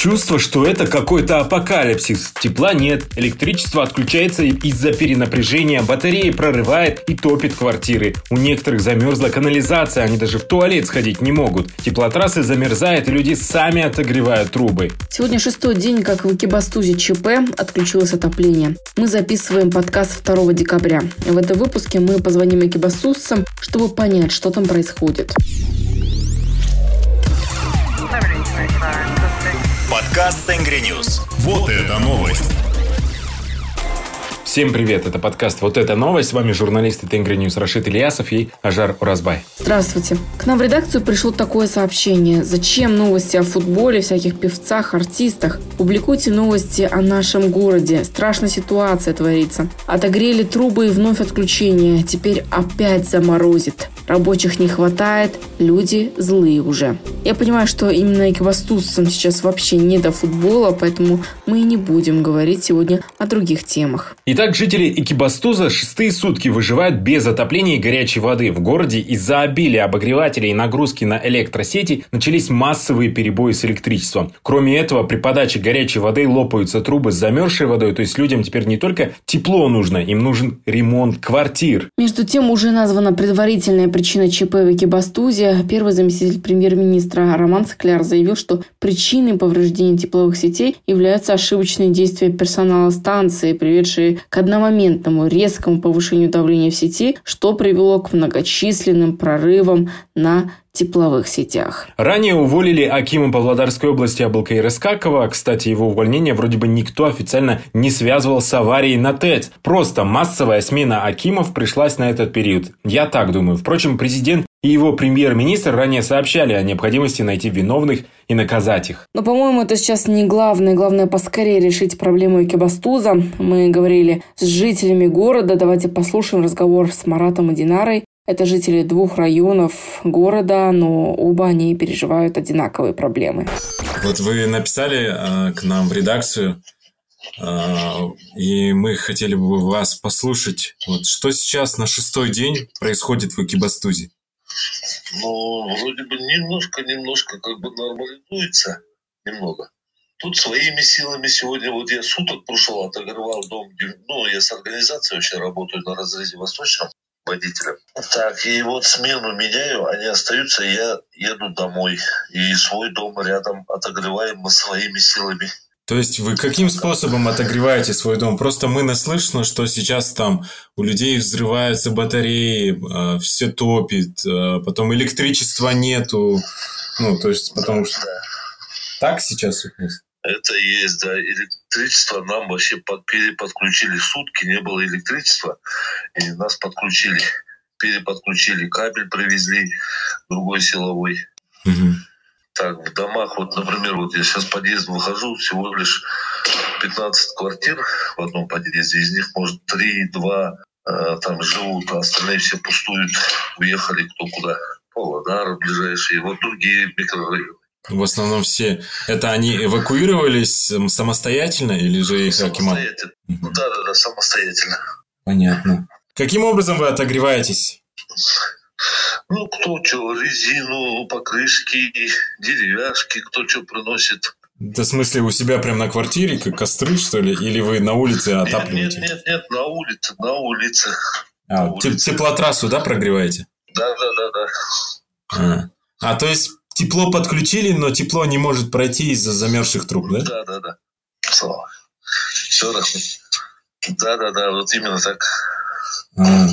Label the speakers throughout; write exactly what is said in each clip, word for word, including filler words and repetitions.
Speaker 1: Чувство, что это какой-то апокалипсис. Тепла нет, электричество отключается из-за перенапряжения, батареи прорывает и топит квартиры. У некоторых замерзла канализация, они даже в туалет сходить не могут. Теплотрассы замерзают, и люди сами отогревают трубы.
Speaker 2: Сегодня шестой день, как в Экибастузе ЧП отключилось отопление. Мы записываем подкаст второго декабря. В этом выпуске мы позвоним экибастузцам, чтобы понять, что там происходит.
Speaker 3: Подкаст Тенгри Ньюс. Вот это новость.
Speaker 1: Всем привет, это подкаст «Вот это новость». С вами журналисты Тенгри Ньюс Рашид Ильясов и Ажар Уразбай.
Speaker 2: Здравствуйте. К нам в редакцию пришло такое сообщение. Зачем новости о футболе, всяких певцах, артистах? Публикуйте новости о нашем городе. Страшная ситуация творится. Отогрели трубы и вновь отключение. Теперь опять заморозит. Рабочих не хватает, люди злые уже. Я понимаю, что именно экибастузцам сейчас вообще не до футбола, поэтому мы и не будем говорить сегодня о других темах.
Speaker 1: Итак, жители Экибастуза шестые сутки выживают без отопления и горячей воды. В городе из-за обилия обогревателей и нагрузки на электросети начались массовые перебои с электричеством. Кроме этого, при подаче горячей воды лопаются трубы с замерзшей водой, то есть людям теперь не только тепло нужно, им нужен ремонт квартир.
Speaker 2: Между тем, уже названа предварительная причина ЧП в Экибастузе. Первый заместитель премьер-министра Роман Скляр заявил, что причиной повреждения тепловых сетей являются ошибочные действия персонала станции, приведшие к одномоментному резкому повышению давления в сети, что привело к многочисленным прорывам на тепловых сетях.
Speaker 1: Ранее уволили акима Павлодарской области Абылкаира Искакова. Кстати, его увольнение вроде бы никто официально не связывал с аварией на ТЭЦ. Просто массовая смена акимов пришлась на этот период. Я так думаю. Впрочем, президент и его премьер-министр ранее сообщали о необходимости найти виновных и наказать их.
Speaker 2: Но, по-моему, это сейчас не главное. Главное поскорее решить проблему Экибастуза. Мы говорили с жителями города. Давайте послушаем разговор с Маратом и Динарой. Это жители двух районов города, но оба они переживают одинаковые проблемы.
Speaker 4: Вот вы написали э, к нам в редакцию, э, и мы хотели бы вас послушать. Вот что сейчас на шестой день происходит в Экибастузе?
Speaker 5: Ну, вроде бы немножко-немножко как бы нормализуется, немного. Тут своими силами сегодня, вот я суток прошел, отогревал дом, ну, я с организацией вообще работаю на разрезе Восточном, водителем. Так, и вот смену меняю, они остаются, я еду домой. И свой дом рядом отогреваем мы своими силами.
Speaker 4: То есть вы каким способом отогреваете свой дом? Просто мы наслышаны, что сейчас там у людей взрываются батареи, э, все топит, э, потом электричества нету. Ну, то есть, потому что...
Speaker 5: Да.
Speaker 4: Так сейчас у нас?
Speaker 5: Это и есть, да. Электричество нам вообще под, переподключили сутки, не было электричества, и нас подключили. Переподключили, кабель привезли, другой силовой.
Speaker 4: Угу. Так,
Speaker 5: в домах, вот, например, вот я сейчас в подъезд выхожу, всего лишь пятнадцать квартир в одном подъезде, из них, может, три-два э, там живут, а остальные все пустуют, уехали кто куда. Павлодар ближайшие, вот другие микрорайоны.
Speaker 4: В основном все. Это они эвакуировались самостоятельно или же их акимат?
Speaker 5: Самостоятельно. Угу. Да, да, да, самостоятельно.
Speaker 4: Понятно. Каким образом вы отогреваетесь?
Speaker 5: Ну, кто что, резину, покрышки, деревяшки, кто что приносит.
Speaker 4: Это в смысле у себя прям на квартире, как костры, что ли? Или вы на улице отапливаете?
Speaker 5: Нет, нет, нет, на улице, на улице.
Speaker 4: А,
Speaker 5: на улице.
Speaker 4: Теплотрассу, да, прогреваете?
Speaker 5: Да, да, да, да.
Speaker 4: А, а то есть тепло подключили, но тепло не может пройти из-за замерзших труб, да?
Speaker 5: Да, да, да. Слава. Все раз. Да, да, да, вот именно так.
Speaker 4: А.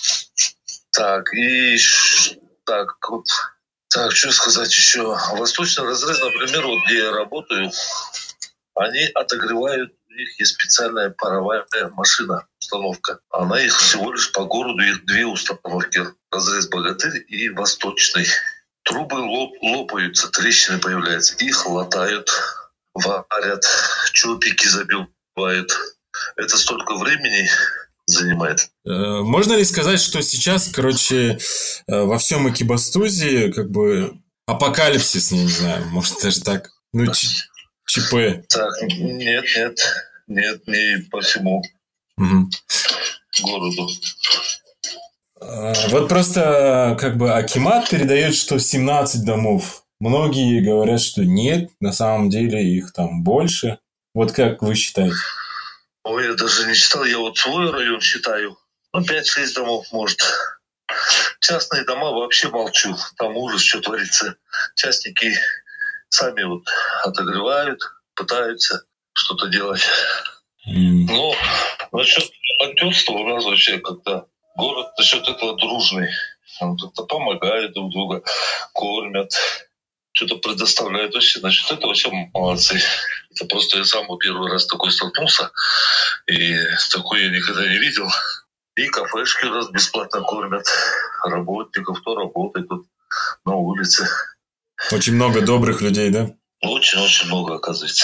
Speaker 5: Так, и так, вот, так, что сказать еще? Восточный разрез, например, вот где я работаю, они отогревают, у них есть специальная паровая машина, установка. Она их всего лишь по городу, их две установки. Разрез Богатырь и Восточный. Трубы лоп, лопаются, трещины появляются. Их латают, варят, чопики забивают. Это столько времени занимает.
Speaker 4: Можно ли сказать, что сейчас, короче, во всем Экибастузе как бы апокалипсис, я не знаю, может даже так, ну, ЧП?
Speaker 5: Так, нет, нет, нет, не по всему
Speaker 4: угу.
Speaker 5: городу.
Speaker 4: Вот просто как бы акимат передает, что семнадцать домов Многие говорят, что нет, на самом деле их там больше. Вот как вы считаете?
Speaker 5: Ой, я даже не считал, я вот свой район считаю. Ну, пять-шесть домов, может. Частные дома вообще молчу. Там ужас, что творится. Частники сами вот отогревают, пытаются что-то делать.
Speaker 4: Mm.
Speaker 5: Но насчет партнерства у нас вообще как-то город насчет этого дружный. Он как-то помогает друг друга, кормят, что-то предоставляют. Вообще, насчет этого вообще молодцы. Это просто я сам первый раз такой столкнулся. И такой я никогда не видел. И кафешки у нас бесплатно кормят работников, кто работает тут на улице.
Speaker 4: Очень много добрых людей, да?
Speaker 5: Очень-очень много, оказывается.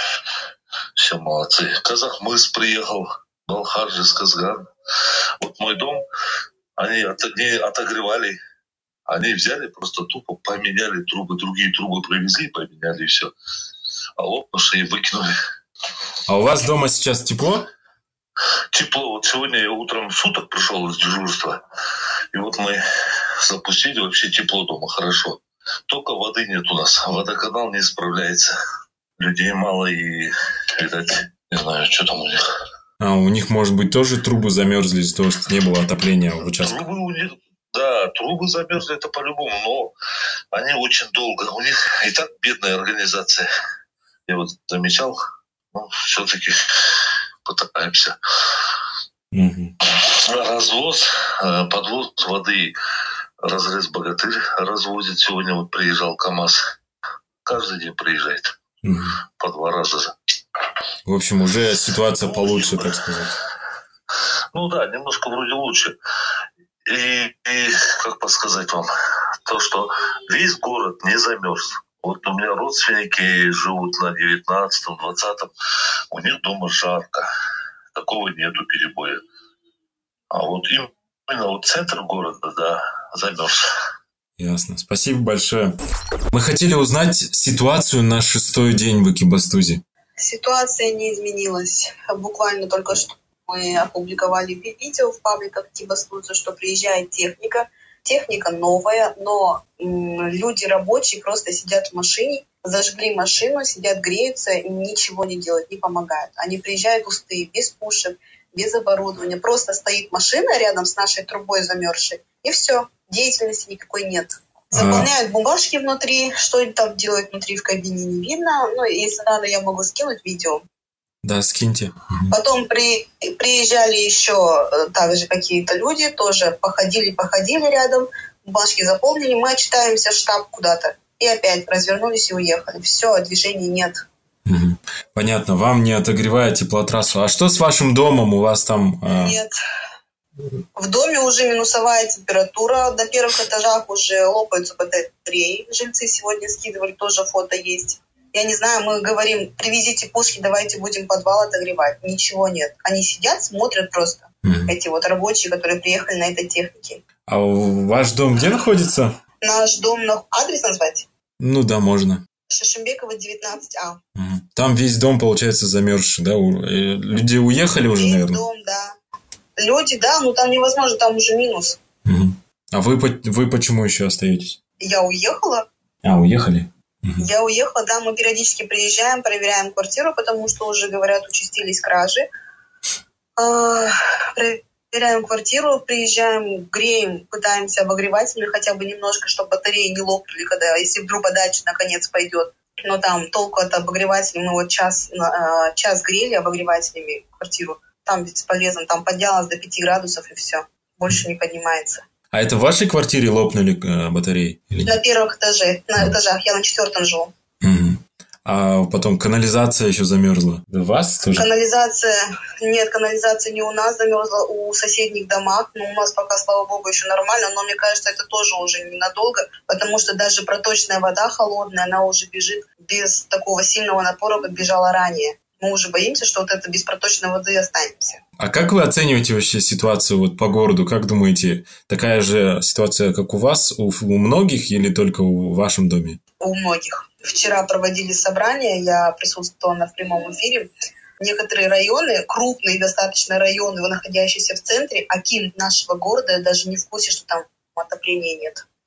Speaker 5: Все молодцы. Казахмыс приехал, Балхарджис, Казган. Вот мой дом, они от, не отогревали. Они взяли, просто тупо поменяли трубы. Другие трубы привезли, поменяли и все. А лопнувшие выкинули.
Speaker 4: А у вас дома сейчас тепло?
Speaker 5: Тепло. Вот сегодня я утром суток пришел из дежурства. И вот мы запустили вообще тепло дома. Хорошо. Только воды нет у нас. Водоканал не справляется. Людей мало и, видать, не знаю, что там у них.
Speaker 4: А у них, может быть, тоже трубы замерзли из-за того, что не было отопления в участке?
Speaker 5: Трубы у них, да, трубы замерзли, это по-любому, но они очень долго. У них и так бедная организация. Я вот замечал, ну, все-таки пытаемся.
Speaker 4: Угу.
Speaker 5: Развоз, подвоз воды, разрез Богатырь развозит. Сегодня вот приезжал КамАЗ. Каждый день приезжает.
Speaker 4: Угу.
Speaker 5: По два раза.
Speaker 4: В общем, уже ситуация получше, так сказать.
Speaker 5: Ну да, немножко вроде лучше. И, и как подсказать вам, то, что весь город не замерз. Вот у меня родственники живут на девятнадцатом, двадцатом, у них дома жарко. Такого нету перебоя. А вот именно вот центр города, да, замерз.
Speaker 4: Ясно. Спасибо большое. Мы хотели узнать ситуацию на шестой день в Экибастузе.
Speaker 6: Ситуация не изменилась. Буквально только что мы опубликовали видео в пабликах Экибастуза, что приезжает техника. Техника новая, но м, люди рабочие просто сидят в машине, зажгли машину, сидят, греются и ничего не делают, не помогают. Они приезжают пустые, без пушек, без оборудования. Просто стоит машина рядом с нашей трубой замерзшей, и все. Деятельности никакой нет. Заполняют бумажки внутри. Что они там делают внутри в кабине, не видно. Ну, если надо, я могу скинуть видео.
Speaker 4: Да, скиньте.
Speaker 6: Потом при, приезжали еще также какие-то люди, тоже походили-походили рядом, бумажки заполнили, мы отчитаемся в штаб куда-то. И опять развернулись и уехали. Все, движений нет.
Speaker 4: Угу. Понятно, вам не отогревает теплотрассу. А что с вашим домом? У вас там... А...
Speaker 6: Нет. В доме уже минусовая температура. На первых этажах уже лопаются батареи. Жильцы сегодня скидывали, тоже фото есть. Я не знаю, мы говорим, привезите пушки, давайте будем подвал отогревать. Ничего нет. Они сидят, смотрят просто. Mm-hmm. Эти вот рабочие, которые приехали на этой технике.
Speaker 4: А ваш дом где находится?
Speaker 6: Наш дом, адрес назвать?
Speaker 4: Ну да, можно.
Speaker 6: Шишимбекова, девятнадцать А.
Speaker 4: Mm-hmm. Там весь дом, получается, замерзший, да? Люди уехали уже,
Speaker 6: весь
Speaker 4: наверное?
Speaker 6: Дом, да. Люди, да, но там невозможно, там уже минус.
Speaker 4: Mm-hmm. А вы, вы почему еще остаетесь?
Speaker 6: Я уехала.
Speaker 4: А, уехали?
Speaker 6: Я уехала, да, мы периодически приезжаем, проверяем квартиру, потому что уже, говорят, участились кражи. Проверяем квартиру, приезжаем, греем, пытаемся обогревателями хотя бы немножко, чтобы батареи не лопнули, когда, если вдруг подача наконец пойдет. Но там толку от обогревателей, мы вот час, час грели обогревателями квартиру, там бесполезно, там поднялось до пяти градусов и все, больше не поднимается.
Speaker 4: А это в вашей квартире лопнули э, батареи? Или...
Speaker 6: На первых этаже, на этажах, я на четвертом живу.
Speaker 4: Угу. А потом канализация еще замерзла. У вас тоже?
Speaker 6: Канализация, нет, канализация не у нас замерзла, у соседних домах. Но у нас пока, слава богу, еще нормально, но мне кажется, это тоже уже ненадолго, потому что даже проточная вода холодная, она уже бежит без такого сильного напора, как бежала ранее. Мы уже боимся, что вот это без проточной воды останется.
Speaker 4: А как вы оцениваете вообще ситуацию вот по городу? Как думаете, такая же ситуация, как у вас, у, у многих или только в вашем доме?
Speaker 6: У многих. Вчера проводили собрание, я присутствовала в прямом эфире. Некоторые районы, крупные достаточно районы, находящиеся в центре, аким нашего города, даже не в курсе, что там отопления нет.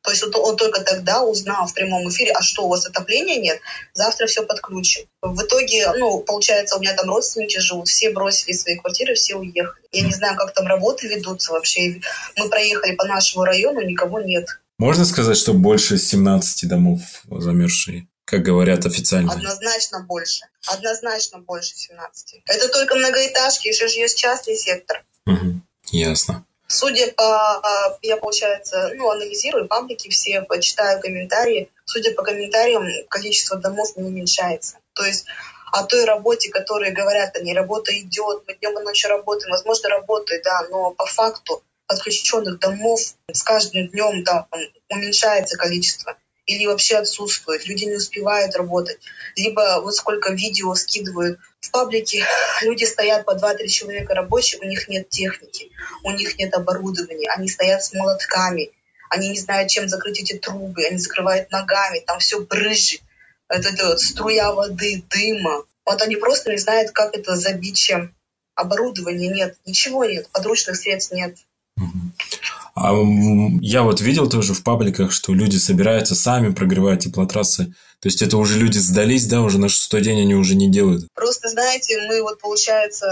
Speaker 6: То есть вот он только тогда узнал в прямом эфире, а что, у вас отопления нет? Завтра все подключим. В итоге, ну, получается, у меня там родственники живут, все бросили свои квартиры, все уехали. Я не знаю, как там работы ведутся вообще. Мы проехали по нашему району, никого нет.
Speaker 4: Можно сказать, что больше семнадцати домов замерзшие, как говорят официально?
Speaker 6: Однозначно больше. Однозначно больше семнадцати. Это только многоэтажки, еще же есть частный сектор.
Speaker 4: Угу. Ясно.
Speaker 6: Судя по, я, получается, ну, анализирую паблики все, почитаю комментарии. Судя по комментариям, количество домов не уменьшается. То есть о той работе, которые говорят, они, работа идет, мы днем и ночью работаем. Возможно, работает, да, но по факту подключенных домов с каждым днем там уменьшается количество. Или вообще отсутствует, люди не успевают работать. Либо вот сколько видео скидывают в паблике, люди стоят по два-три человека рабочих, у них нет техники, у них нет оборудования, они стоят с молотками, они не знают, чем закрыть эти трубы, они закрывают ногами, там все брызжет, это, это вот струя воды, дыма. Вот они просто не знают, как это забить чем. Оборудования нет, ничего нет, подручных средств нет.
Speaker 4: А я вот видел тоже в пабликах, что люди собираются сами прогревать теплотрассы. То есть это уже люди сдались, да, уже на шестой день они уже не делают.
Speaker 6: Просто, знаете, мы вот, получается,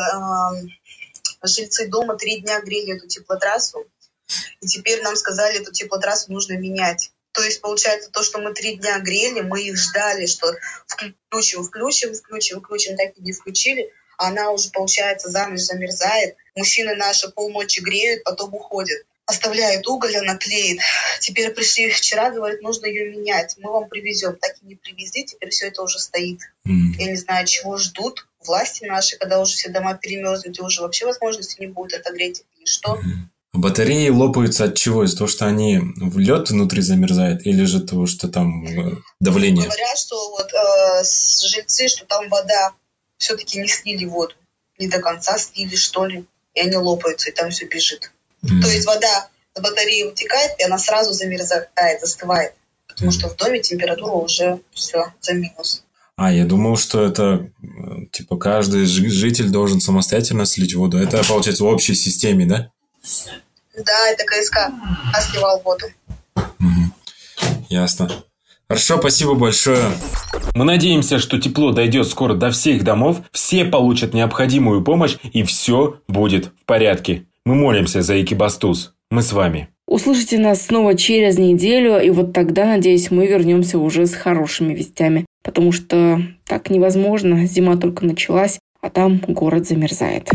Speaker 6: жильцы дома три дня грели эту теплотрассу, и теперь нам сказали, эту теплотрассу нужно менять. То есть, получается, то, что мы три дня грели, мы их ждали, что включим, включим, включим, включим, так и не включили. Она уже, получается, за ночь замерзает. Мужчины наши полночи греют, потом уходят. Оставляет уголь, она тлеет. Теперь пришли вчера, говорят, нужно ее менять. Мы вам привезем. Так и не привезли, теперь все это уже стоит. Mm. Я не знаю, чего ждут власти наши, когда уже все дома перемерзнут, и уже вообще возможности не будет отогреть или что.
Speaker 4: Mm. Батареи лопаются от чего? Из-за того, что они в лед внутри замерзает, или же того, что там давление?
Speaker 6: Говорят, что вот э, жильцы, что там вода, все-таки не слили воду. Не до конца слили, что ли. И они лопаются, и там все бежит. Mm. То есть вода с батареи вытекает, и она сразу замерзает, застывает. Потому mm. что в доме температура уже все за минус.
Speaker 4: А, я думал, что это типа каждый житель должен самостоятельно слить воду. Это, получается, в общей системе, да?
Speaker 6: Да, это КСК сливал воду.
Speaker 4: Mm-hmm. Ясно. Хорошо, спасибо большое.
Speaker 1: Мы надеемся, что тепло дойдет скоро до всех домов, все получат необходимую помощь и все будет в порядке. Мы молимся за Экибастуз. Мы с вами.
Speaker 2: Услышите нас снова через неделю, и вот тогда, надеюсь, мы вернемся уже с хорошими вестями. Потому что так невозможно, зима только началась, а там город замерзает.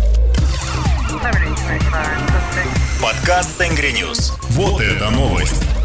Speaker 3: Подкаст Тенгри Ньюс. Вот это новость.